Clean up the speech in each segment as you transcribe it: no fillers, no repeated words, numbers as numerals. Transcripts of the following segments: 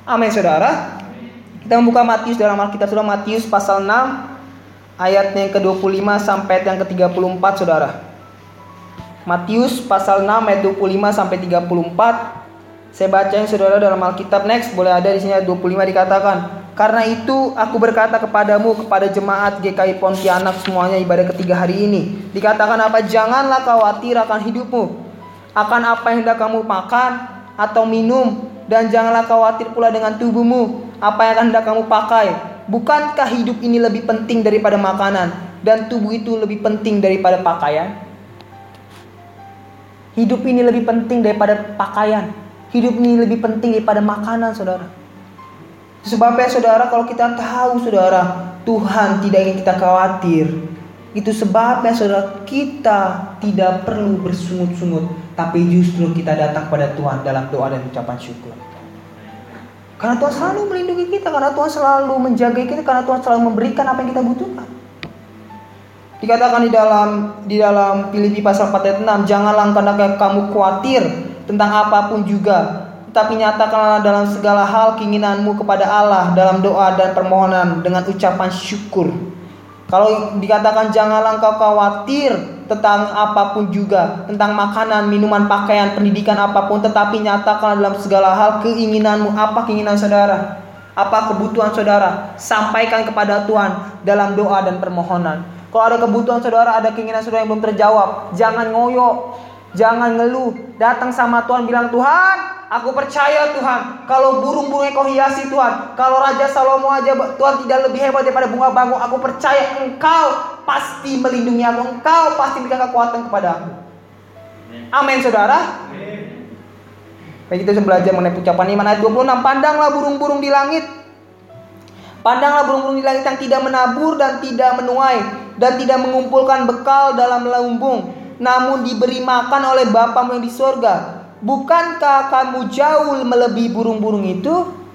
Amin saudara. Kita membuka Matius dalam Alkitab saudara, Matius pasal 6 ayat yang ke-25 sampai yang ke-34 saudara. Matius pasal 6 ayat 25 sampai 34. Saya bacain saudara dalam Alkitab, next boleh ada di sini ayat 25 dikatakan, karena itu aku berkata kepadamu, kepada jemaat GKI Pontianak semuanya ibadah ketiga hari ini. Dikatakan apa? Janganlah khawatir akan hidupmu, akan apa yang hendak kamu makan atau minum, dan janganlah khawatir pula dengan tubuhmu, apa yang akan hendak kamu pakai. Bukankah hidup ini lebih penting daripada makanan, dan tubuh itu lebih penting daripada pakaian? Hidup ini lebih penting daripada pakaian. Hidup ini lebih penting daripada makanan saudara. Sebabnya saudara, kalau kita tahu saudara, Tuhan tidak ingin kita khawatir. Itu sebabnya saudara, kita tidak perlu bersungut-sungut, tapi justru kita datang pada Tuhan dalam doa dan ucapan syukur. Karena Tuhan selalu melindungi kita, karena Tuhan selalu menjaga kita, karena Tuhan selalu memberikan apa yang kita butuhkan. Dikatakan di dalam Filipi pasal 4 ayat 6, janganlah kamu khawatir tentang apapun juga, tetapi nyatakanlah dalam segala hal keinginanmu kepada Allah dalam doa dan permohonan dengan ucapan syukur. Kalau dikatakan janganlah engkau khawatir tentang apapun juga, tentang makanan, minuman, pakaian, pendidikan apapun, tetapi nyatakanlah dalam segala hal keinginanmu. Apa keinginan saudara? Apa kebutuhan saudara? Sampaikan kepada Tuhan dalam doa dan permohonan. Kalau ada kebutuhan saudara, ada keinginan saudara yang belum terjawab, jangan ngoyo, jangan ngeluh. Datang sama Tuhan, bilang, Tuhan, aku percaya Tuhan, kalau burung-burungnya kau hiasi Tuhan, kalau Raja Salomo aja Tuhan tidak lebih hebat daripada bunga bangau, aku percaya Engkau pasti melindungi aku, Engkau pasti berikan kekuatan kepada aku. Amin saudara. Baik, kita bisa belajar mengenai ucapan iman. Ayat 26, pandanglah burung-burung di langit. Pandanglah burung-burung di langit yang tidak menabur dan tidak menuai dan tidak mengumpulkan bekal dalam lumbung, namun diberi makan oleh Bapamu yang di surga. Bukankah kamu jauh melebihi burung-burung itu?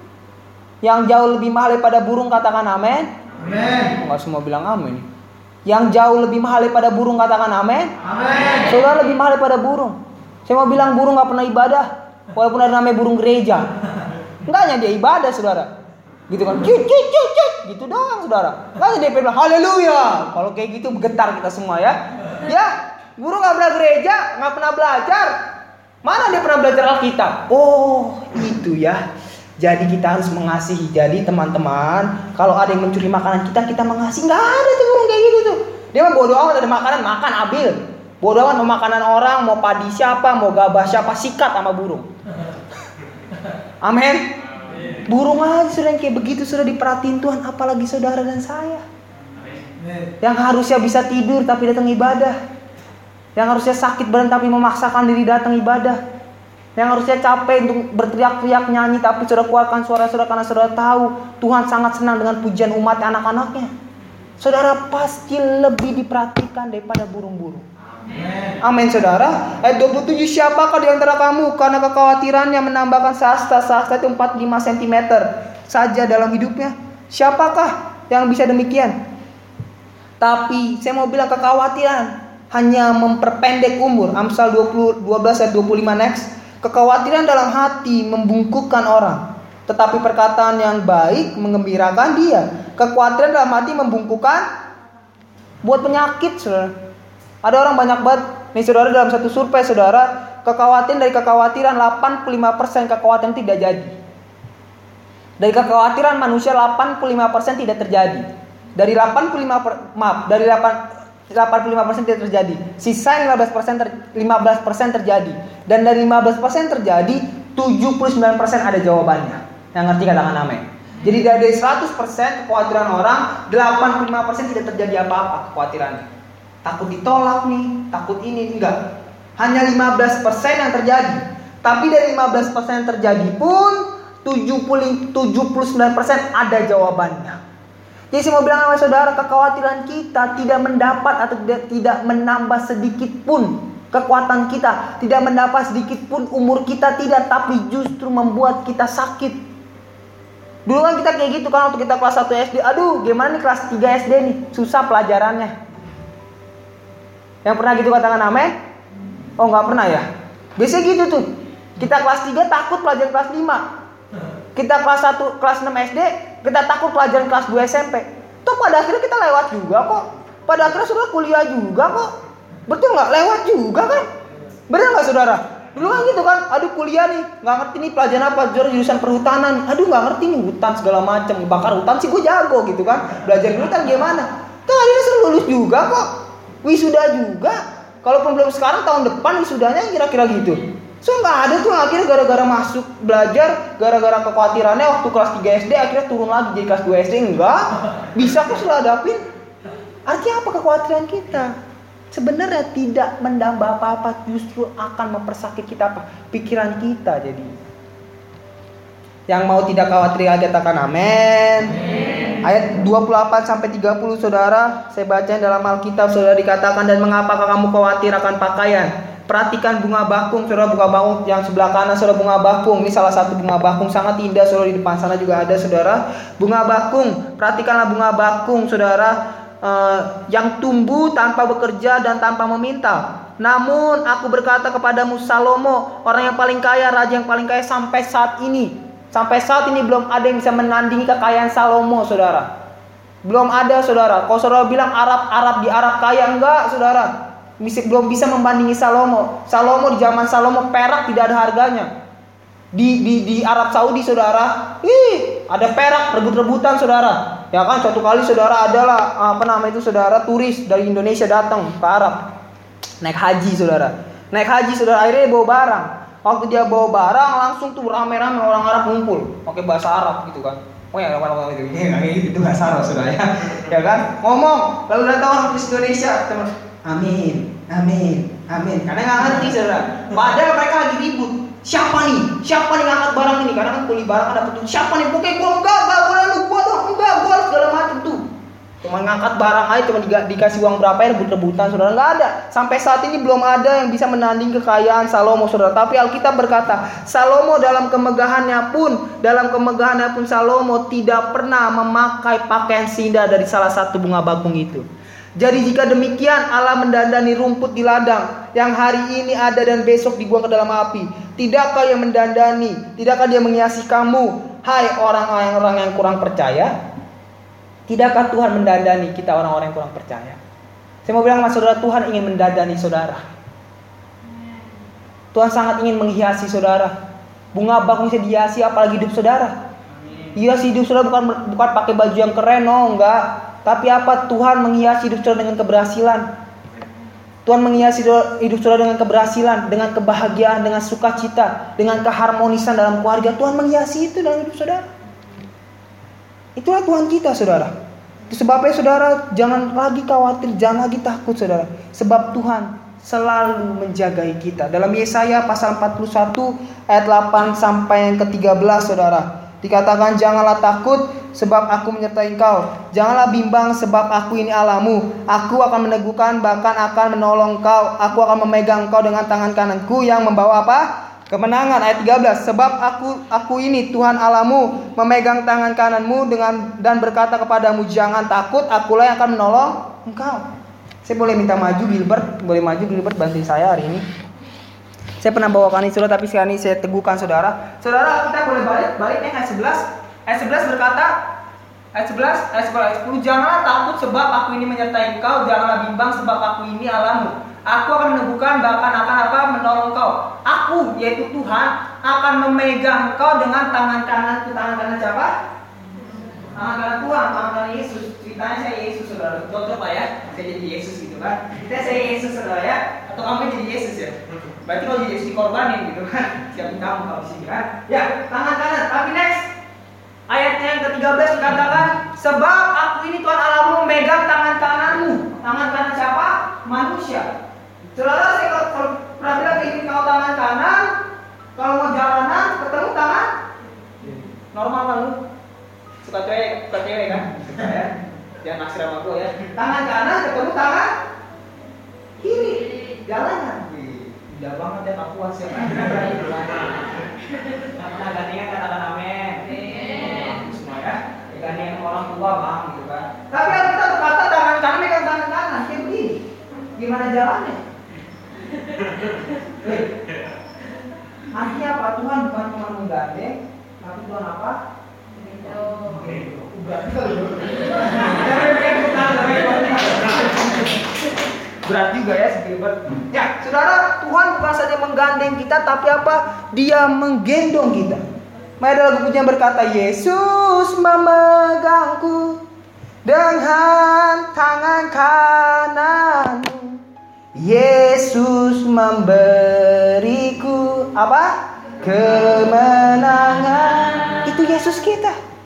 Yang jauh lebih mahal daripada burung, katakan amin. Amin. Enggak semua bilang amin. Yang jauh lebih mahal daripada burung, katakan amin. Amin. Saudara, lebih mahal daripada burung. Saya mau bilang burung gak pernah ibadah, walaupun ada namanya burung gereja. Enggaknya dia ibadah saudara. Gitu kan, cuk, gitu doang saudara. Enggaknya dia bilang haleluya. Kalau kayak gitu getar kita semua ya. Ya, burung gak pernah gereja, gak pernah belajar. Mana dia pernah belajar Alkitab? Oh, itu ya. Jadi kita harus mengasihi. Jadi teman-teman, kalau ada yang mencuri makanan kita, kita mengasihi. Nggak ada tuh burung kayak gitu tuh. Dia mah bodo amat, ada makanan, makan, ambil. Bodo amat mau makanan orang, mau padi siapa, mau gabah siapa, sikat sama burung. Amin. Burung aja sudah yang kayak begitu sudah diperhatiin Tuhan, apalagi saudara dan saya. Yang harusnya bisa tidur tapi datang ibadah. Yang harusnya sakit badan tapi memaksakan diri datang ibadah. Yang harusnya capek untuk berteriak-teriak nyanyi tapi saudara keluarkan suara-suara karena saudara tahu Tuhan sangat senang dengan pujian umat anak-anaknya. Saudara pasti lebih diperhatikan daripada burung-burung. Amin saudara. Ayat 27, siapakah di antara kamu karena kekhawatirannya menambahkan sahasta itu 45 cm saja dalam hidupnya? Siapakah yang bisa demikian? Tapi saya mau bilang kekhawatiran hanya memperpendek umur. Amsal 12 ayat 25 next. Kekhawatiran dalam hati membungkukkan orang, tetapi perkataan yang baik menggembirakan dia. Kekhawatiran dalam hati membungkukkan, buat penyakit saudara. Ada orang banyak banget nih saudara, dalam satu survei saudara, kekhawatiran 85% kekhawatiran tidak jadi. Dari kekhawatiran manusia 85% tidak terjadi. Dari 85% tidak terjadi. Sisa 15% terjadi. Dan dari 15% terjadi, 79% ada jawabannya. Yang ngerti katakan amin. Jadi dari 100% kekhawatiran orang, 85% tidak terjadi apa-apa kekhawatirannya. Takut ditolak nih, takut ini, enggak. Hanya 15% yang terjadi. Tapi dari 15% yang terjadi pun 79% ada jawabannya. Jadi saya mau bilang sama saudara, kekhawatiran kita tidak mendapat atau tidak menambah sedikit pun kekuatan kita, tidak mendapat sedikit pun umur kita, tidak, tapi justru membuat kita sakit. Dulu kan kita kayak gitu kan, waktu kita kelas 1 SD, aduh gimana nih kelas 3 SD nih, susah pelajarannya. Yang pernah gitu katakan amin? Oh nggak pernah ya? Biasanya gitu tuh. Kita kelas 3 takut pelajaran kelas 5. Kita kelas 1, kelas 6 SD, kita takut pelajaran kelas 2 SMP. Toh pada akhirnya kita lewat juga kok. Pada akhirnya saudara kuliah juga kok. Betul nggak? Lewat juga kan? Benar nggak saudara? Dulu kan gitu kan, aduh kuliah nih, nggak ngerti nih pelajaran apa, jurusan perhutanan, aduh nggak ngerti nih hutan segala macam, bakar hutan sih gue jago gitu kan, belajar hutan gimana? Tuh akhirnya suruh lulus juga kok, wisuda juga, kalaupun belum sekarang tahun depan wisudanya kira-kira gitu. So nggak ada tuh akhirnya gara-gara masuk belajar, gara-gara kekhawatirannya waktu kelas 3 SD akhirnya turun lagi jadi kelas 2 SD, enggak, bisa kok sudah hadapin. Artinya apa kekhawatiran kita? Sebenarnya tidak menambah apa-apa, justru akan mempersakit kita apa? Pikiran kita jadi. Yang mau tidak khawatir lagi katakan amin. Ayat 28 sampai 30 saudara, saya baca dalam Alkitab saudara dikatakan, dan mengapakah kamu khawatir akan pakaian? Perhatikan bunga bakung, saudara, bunga bakung yang sebelah kanan saudara, bunga bakung. Ini salah satu bunga bakung sangat indah saudara, di depan sana juga ada saudara. Bunga bakung, perhatikanlah bunga bakung saudara. Yang tumbuh tanpa bekerja dan tanpa meminta. Namun aku berkata kepadamu Salomo, orang yang paling kaya, raja yang paling kaya sampai saat ini. Sampai saat ini belum ada yang bisa menandingi kekayaan Salomo, saudara. Belum ada, saudara. Kalau saudara bilang Arab di Arab kaya, enggak, saudara. Belum bisa membandingi Salomo. Salomo di zaman Salomo perak tidak ada harganya. Di Arab Saudi saudara, ada perak rebut-rebutan saudara. Ya kan, suatu kali saudara adalah saudara turis dari Indonesia datang ke Arab. Naik haji saudara. Akhirnya dia bawa barang. Waktu dia bawa barang langsung tuh rame-rame orang Arab ngumpul pakai bahasa Arab gitu kan. Oh ya, kalau itu bahasa Arab saudara ya. Ya kan? Ngomong, lalu datang orang turis Indonesia, teman. Amin. Karena nggak ngerti saudara. Padahal mereka lagi ribut. Siapa nih ngangkat barang ini? Karena kan kuli barang ada petunjuk. Siapa nih? Pokoknya gue enggak boleh lu, gue dong, enggak, gue harus segala macam tuh. Cuma ngangkat barang aja, cuma dikasih uang berapa ya, rebut-rebutan saudara, nggak ada. Sampai saat ini belum ada yang bisa menanding kekayaan Salomo saudara. Tapi Alkitab berkata, Salomo dalam kemegahannya pun Salomo tidak pernah memakai pakaian sinda dari salah satu bunga bakung itu. Jadi jika demikian Allah mendandani rumput di ladang yang hari ini ada dan besok dibuang ke dalam api, tidakkah Ia mendandani, tidakkah Dia menghiasi kamu, hai orang-orang yang kurang percaya? Tidakkah Tuhan mendandani kita orang-orang yang kurang percaya? Saya mau bilang sama saudara, Tuhan ingin mendandani saudara. Tuhan sangat ingin menghiasi saudara. Bunga bakung bisa dihiasi, apalagi hidup saudara. Hiasi hidup saudara bukan pakai baju yang keren, enggak. Tapi apa? Tuhan menghiasi hidup saudara dengan keberhasilan. Tuhan menghiasi hidup saudara dengan keberhasilan, dengan kebahagiaan, dengan sukacita, dengan keharmonisan dalam keluarga. Tuhan menghiasi itu dalam hidup saudara. Itulah Tuhan kita saudara. Itu sebabnya saudara jangan lagi khawatir, jangan lagi takut saudara. Sebab Tuhan selalu menjagai kita. Dalam Yesaya pasal 41 ayat 8 sampai yang ke-13 saudara. Dikatakan, janganlah takut sebab aku menyertai engkau. Janganlah bimbang sebab aku ini Allahmu. Aku akan meneguhkan, bahkan akan menolong engkau. Aku akan memegang engkau dengan tangan kananku yang membawa apa? Kemenangan. Ayat 13. Sebab aku ini Tuhan Allahmu, memegang tangan kananmu dan berkata kepadamu, jangan takut, akulah yang akan menolong engkau. Saya boleh minta maju Gilbert? Boleh maju Gilbert, bantuin saya hari ini. Saya pernah bawakan itu tapi sekarang ini saya teguhkan saudara. Saudara, kita boleh balik ayat 11. Ayat 11 berkata, ayat 10, janganlah takut sebab aku ini menyertai engkau, janganlah bimbang sebab aku ini Allahmu. Aku akan meneguhkan, bahkan akan menolong engkau. Aku, yaitu Tuhan, akan memegang engkau dengan tangan kananku. Tangan kanan siapa? Tangan kanan Tuhan, tangan kanan Yesus. Ceritanya saya Yesus saudara. Cocok lah ya, saya jadi Yesus gitu kan. Saya Yesus saudara ya. Atau kamu jadi Yesus ya. Berarti kalau jadi Yesus dikorbanin gitu kan. Siapin kamu kalau di sini kan. Ya, tangan kanan. Tapi next ayatnya yang ke-13 dikatakan, sebab aku ini Tuhan Allahmu memegang tangan kananmu. Tangan kanan siapa? Manusia. Saudara, saya kalau pernah bilang ingin kau tangan kanan, kalau mau jalanan ketemu tangan normal kan lu? Suka cewek kan? Suka ya. Jangan naksir sama gue ya. Tangan kanan ketemu tangan kiri. Jalanan. Indah banget ya Pak Puas ya. Nah, gantinya katakan amin. Semua ya. Gantian orang tua bang gitu kan. Tapi kalau kita berkata tangan kanan megang tangan kanan kayak begini, gimana jalannya? Artinya apa? Tuhan bukan cuma menggandeng, tapi Berat juga ya Gilbert. Ya, saudara, Tuhan bukan saja menggandeng kita, tapi apa? Dia menggendong kita. Mari ada lagu pujian berkata, Yesus memegangku dengan tangan kananmu. Yesus memberiku apa? Kemenangan. Itu Yesus kita.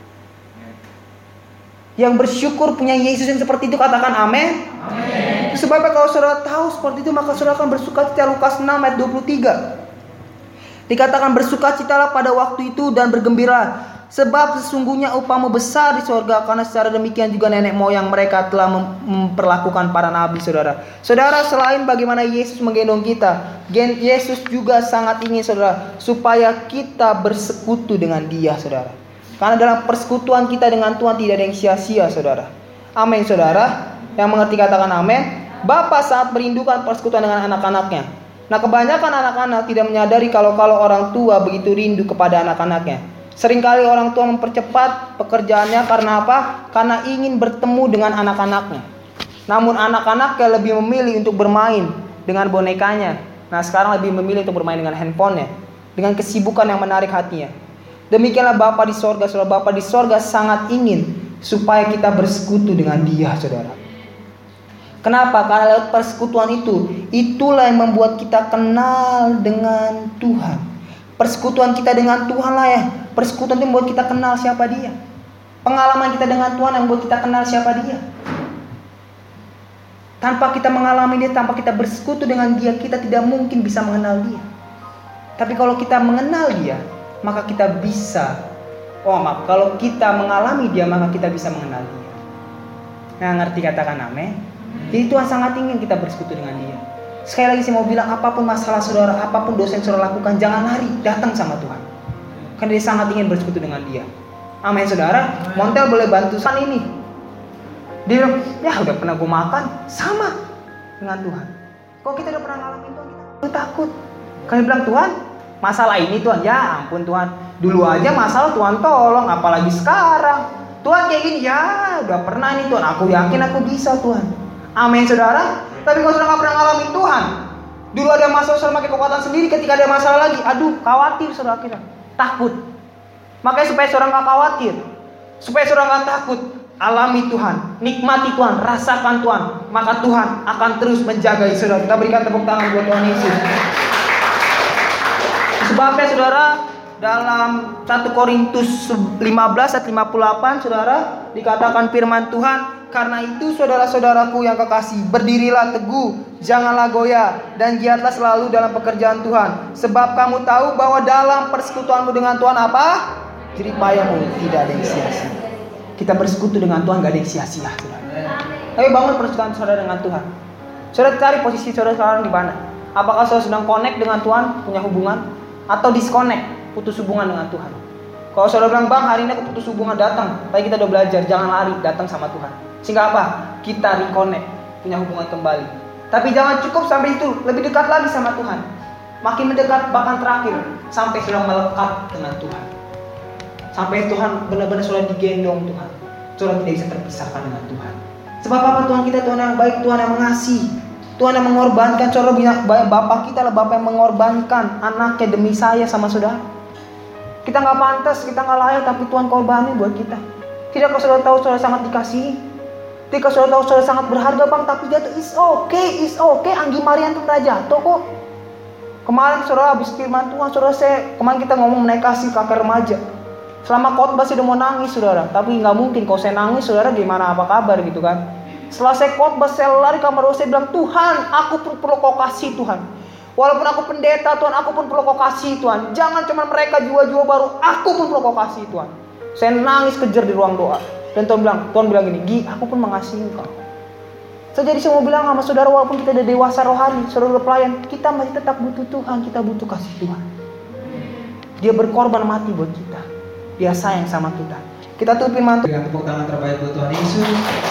Yang bersyukur punya Yesus yang seperti itu, katakan amin. Amin. Sebabnya kalau saudara tahu seperti itu, maka saudara akan bersukacita. Lukas 6 ayat 23. Dikatakan bersukacitalah pada waktu itu dan bergembira, sebab sesungguhnya upahmu besar di sorga, karena secara demikian juga nenek moyang mereka telah memperlakukan para nabi. Saudara, selain bagaimana Yesus menggendong kita, Yesus juga sangat ingin saudara supaya kita bersekutu dengan Dia, saudara. Karena dalam persekutuan kita dengan Tuhan tidak ada yang sia-sia, saudara. Amin, saudara. Yang mengerti katakan amin. Bapa saat merindukan persekutuan dengan anak-anaknya. Nah, kebanyakan anak-anak tidak menyadari kalau orang tua begitu rindu kepada anak-anaknya. Seringkali orang tua mempercepat pekerjaannya karena apa? Karena ingin bertemu dengan anak-anaknya. Namun anak-anaknya lebih memilih untuk bermain dengan bonekanya. Nah, sekarang lebih memilih untuk bermain dengan handphonenya, dengan kesibukan yang menarik hatinya. Demikianlah Bapa di sorga, saudara. Bapa di sorga sangat ingin supaya kita bersekutu dengan Dia, saudara. Kenapa? Karena lewat persekutuan itulah yang membuat kita kenal dengan Tuhan. Persekutuan kita dengan Tuhan lah ya. Persekutuan itu membuat kita kenal siapa Dia. Pengalaman kita dengan Tuhan yang membuat kita kenal siapa Dia. Tanpa kita mengalami Dia, tanpa kita bersekutu dengan Dia, kita tidak mungkin bisa mengenal Dia. Tapi kalau kita mengenal Dia, maka kita bisa, kalau kita mengalami Dia, maka kita bisa mengenal Dia. Nah, ngerti katakan amin. Jadi Tuhan sangat ingin kita bersekutu dengan Dia. Sekali lagi saya mau bilang, apapun masalah saudara, apapun dosa yang saudara lakukan, jangan lari, datang sama Tuhan. Karena Dia sangat ingin bersekutu dengan Dia. Amin, saudara. Montel boleh bantu saat ini. Dia bilang, ya udah pernah gue makan, sama dengan Tuhan. Kalau kita udah pernah ngalamin Tuhan, kita takut. Karena dia bilang, Tuhan, masalah ini Tuhan, ya ampun Tuhan, dulu aja masalah Tuhan tolong, apalagi sekarang. Tuhan kayak gini, ya udah pernah nih Tuhan, aku yakin aku bisa Tuhan. Amin, saudara. Tapi kalau saudara gak pernah ngalamin Tuhan, dulu ada masalah saudara pakai kekuatan sendiri, ketika ada masalah lagi, aduh khawatir saudara kita, takut. Makanya supaya saudara gak khawatir, supaya saudara gak takut, alami Tuhan, nikmati Tuhan, rasakan Tuhan, maka Tuhan akan terus menjaga saudara. Kita berikan tepuk tangan buat Tuhan Yesus. Sebabnya saudara, dalam 1 Korintus 15 ayat 58 saudara, dikatakan firman Tuhan, karena itu saudara-saudaraku yang kekasih, berdirilah teguh, janganlah goyah, dan giatlah selalu dalam pekerjaan Tuhan. Sebab kamu tahu bahwa dalam persekutuanmu dengan Tuhan apa? Jeripayamu tidak ada yang sia-sia. Kita bersekutu dengan Tuhan gak ada yang sia-sia, saudara. Ayo bangun persekutuan saudara dengan Tuhan. Saudara cari posisi saudara sekarang di mana? Apakah saudara sedang connect dengan Tuhan, punya hubungan, atau disconnect, putus hubungan dengan Tuhan? Kalau saudara bilang, Bang, hari ini aku putus hubungan, datang. Tapi kita udah belajar, jangan lari, datang sama Tuhan. Sehingga apa? Kita reconnect, punya hubungan kembali. Tapi jangan cukup sampai itu, lebih dekat lagi sama Tuhan. Makin mendekat, bahkan terakhir, sampai sudah melekat dengan Tuhan. Sampai Tuhan benar-benar sudah digendong Tuhan. Saudara tidak bisa terpisahkan dengan Tuhan. Sebab apa? Tuhan kita Tuhan yang baik, Tuhan yang mengasihi, Tuhan yang mengorbankan. Saudara bilang, Bapak kita lah Bapak yang mengorbankan anaknya demi saya sama saudara. Kita gak pantas, kita gak layak, tapi Tuhan korbanin buat kita. Tidak kalau saudara tahu saudara sangat dikasihi. Ketika saudara tahu saudara sangat berharga Bang, tapi jatuh, it's okay. Anggi Marian tuh gak jatuh kok. Kemarin saudara habis firman Tuhan, kemarin kita ngomong menaik kasih kakak remaja. Selama khotbah saya udah mau nangis saudara, tapi gak mungkin kalau saya nangis saudara gimana apa kabar gitu kan. Setelah saya khotbah, saya lari kamar saya bilang, Tuhan, aku perlu kau kasih Tuhan. Walaupun aku pendeta Tuhan, aku pun perlu kau kasih Tuhan. Jangan cuma mereka jiwa-jiwa baru, aku pun perlu kau kasih Tuhan. Saya nangis kejar di ruang doa. Dan Tuhan bilang gini, Gi, aku pun mengasihi engkau. Jadi saya mau bilang sama saudara, walaupun kita udah dewasa rohani, saudara udah pelayan, kita masih tetap butuh Tuhan, kita butuh kasih Tuhan. Dia berkorban mati buat kita. Dia sayang sama kita. Kita tuh firman Tuhan. Tepuk tangan terbaik buat Tuhan Yesus.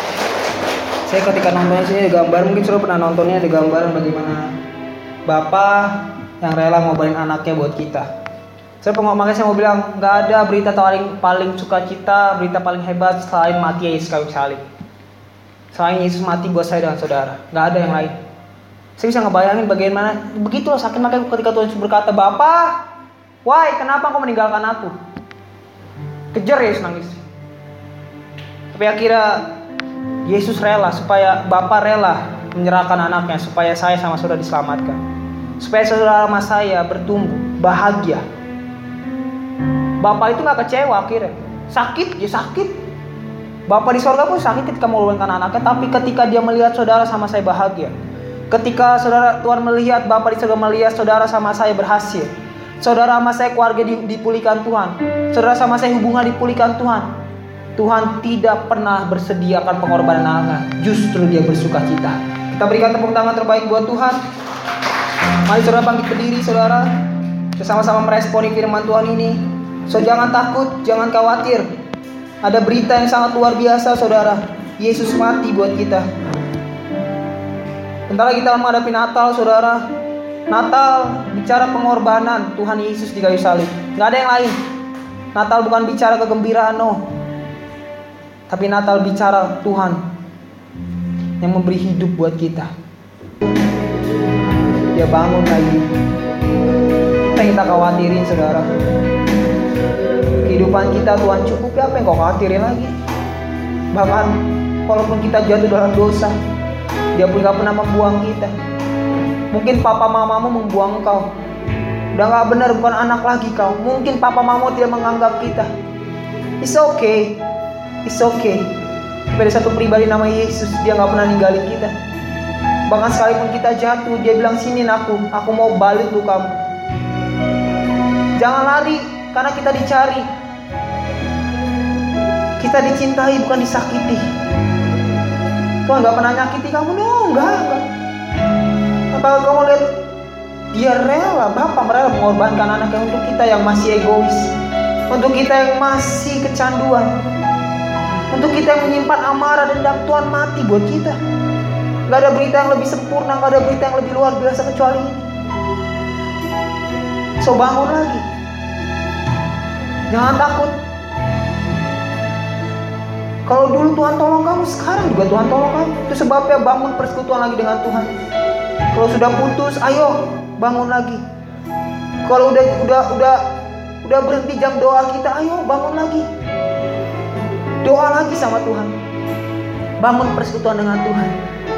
Saya ketika nontonnya sini ada gambar, mungkin saudara pernah nontonnya, ada gambar bagaimana Bapak yang rela ngobain anaknya buat kita. Makanya saya mau bilang, gak ada berita paling sukacita, berita paling hebat selain mati Yesus kayu salib. Selain Yesus mati buat saya dan saudara, gak ada yang lain. Saya bisa ngebayangin bagaimana, begitulah sakit makanya ketika Tuhan Yesus berkata, Bapa, why, kenapa kau meninggalkan aku? Kejar Yesus nangis. Tapi akhirnya Yesus rela, supaya Bapa rela menyerahkan anaknya, supaya saya sama saudara diselamatkan. Supaya saudara sama saya bertumbuh, bahagia. Bapak itu gak kecewa akhirnya. Sakit, ya sakit. Bapak di sorga pun sakit ketika mengorbankan anaknya. Tapi ketika dia melihat saudara sama saya bahagia. Ketika saudara Tuhan melihat, Bapak di sorga melihat saudara sama saya berhasil. Saudara sama saya keluarga dipulihkan Tuhan. Saudara sama saya hubungan dipulihkan Tuhan. Tuhan tidak pernah bersediakan pengorbanan anaknya. Justru dia bersuka cita. Kita berikan tepuk tangan terbaik buat Tuhan. Mari saudara bangkit berdiri saudara. Kita sama-sama meresponi firman Tuhan ini. So jangan takut, jangan khawatir. Ada berita yang sangat luar biasa saudara. Yesus mati buat kita. Bentar lagi kita menghadapi Natal saudara. Natal bicara pengorbanan Tuhan Yesus di kayu salib. Gak ada yang lain. Natal bukan bicara kegembiraan, no. Tapi Natal bicara Tuhan yang memberi hidup buat kita. Dia bangun lagi. Apa yang kita khawatirin saudara? Kehidupan kita Tuhan cukupi, apa yang kau khawatirin lagi? Bahkan walaupun kita jatuh dalam dosa, Dia pun gak pernah membuang kita. Mungkin papa mamamu membuang kau. Udah gak benar, bukan anak lagi kau. Mungkin papa mamamu tidak menganggap kita. It's okay. It's okay. Tapi ada satu pribadi nama Yesus, Dia gak pernah ninggalin kita. Bahkan sekalipun kita jatuh, Dia bilang, sini aku mau balik lu kamu. Jangan lari, karena kita dicari. Kita dicintai, bukan disakiti. Tuhan gak pernah nyakiti kamu, no, enggak. Apakah kamu lihat, Dia rela, Bapa rela mengorbankan anaknya untuk kita yang masih egois, untuk kita yang masih kecanduan, untuk kita yang menyimpan amarah dendam. Tuhan mati buat kita. Gak ada berita yang lebih sempurna, gak ada berita yang lebih luar biasa kecuali ini. So bangun lagi. Jangan takut. Kalau dulu Tuhan tolong kamu, sekarang juga Tuhan tolong kamu. Itu sebabnya bangun persekutuan lagi dengan Tuhan. Kalau sudah putus, ayo bangun lagi. Kalau udah berhenti jam doa kita, ayo bangun lagi. Doa lagi sama Tuhan. Bangun persekutuan dengan Tuhan.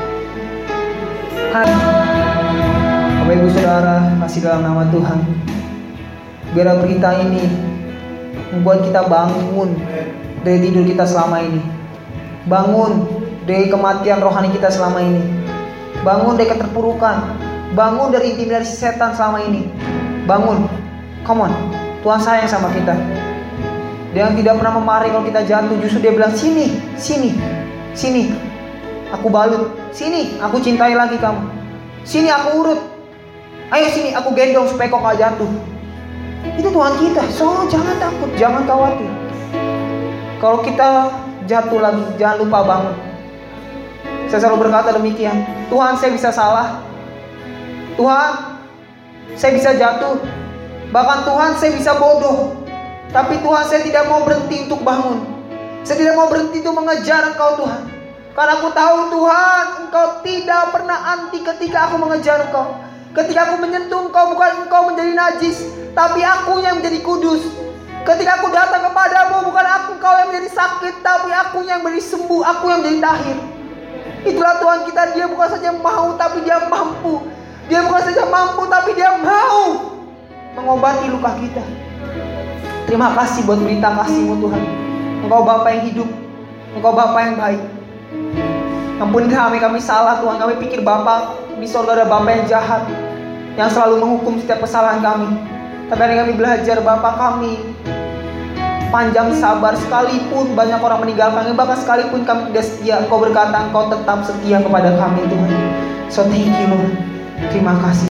Bapak Ibu Saudara, masih dalam nama Tuhan. Biar berita ini membuat kita bangun dari tidur kita selama ini. Bangun dari kematian rohani kita selama ini. Bangun dari keterpurukan. Bangun dari intimidasi setan selama ini. Bangun. Come on. Tuhan sayang sama kita. Dia yang tidak pernah memarahi kalau kita jatuh. Justru Dia bilang, sini. Aku balut. Sini, aku cintai lagi kamu. Sini, aku urut. Ayo sini, aku gendong supaya kau gak jatuh. Itu Tuhan kita. So, jangan takut, jangan khawatir. Kalau kita jatuh lagi, jangan lupa bangun. Saya selalu berkata demikian. Tuhan, saya bisa salah. Tuhan, saya bisa jatuh. Bahkan Tuhan, saya bisa bodoh. Tapi Tuhan, saya tidak mau berhenti untuk bangun. Saya tidak mau berhenti untuk mengejar Engkau Tuhan. Karena aku tahu Tuhan, Engkau tidak pernah anti ketika aku mengejar Engkau. Ketika aku menyentuh Engkau, bukan Engkau menjadi najis, tapi aku yang menjadi kudus. Ketika aku datang kepadamu, bukan Engkau yang menjadi sakit, tapi aku yang menjadi sembuh, aku yang menjadi tahir. Itulah Tuhan kita. Dia bukan saja mau, tapi Dia mampu. Dia bukan saja mampu, tapi Dia mau mengobati luka kita. Terima kasih buat berita kasih-Mu Tuhan. Engkau Bapa yang hidup, Engkau Bapa yang baik. Ampuni kami salah Tuhan. Kami pikir Bapa di sorga ada Bapa yang jahat, yang selalu menghukum setiap kesalahan kami. Tapi hari kami belajar, Bapa kami panjang sabar, sekalipun banyak orang meninggalkan kami, bahkan sekalipun kami tidak setia, Engkau berkata Engkau tetap setia kepada kami Tuhan. So thank you Lord. Terima kasih.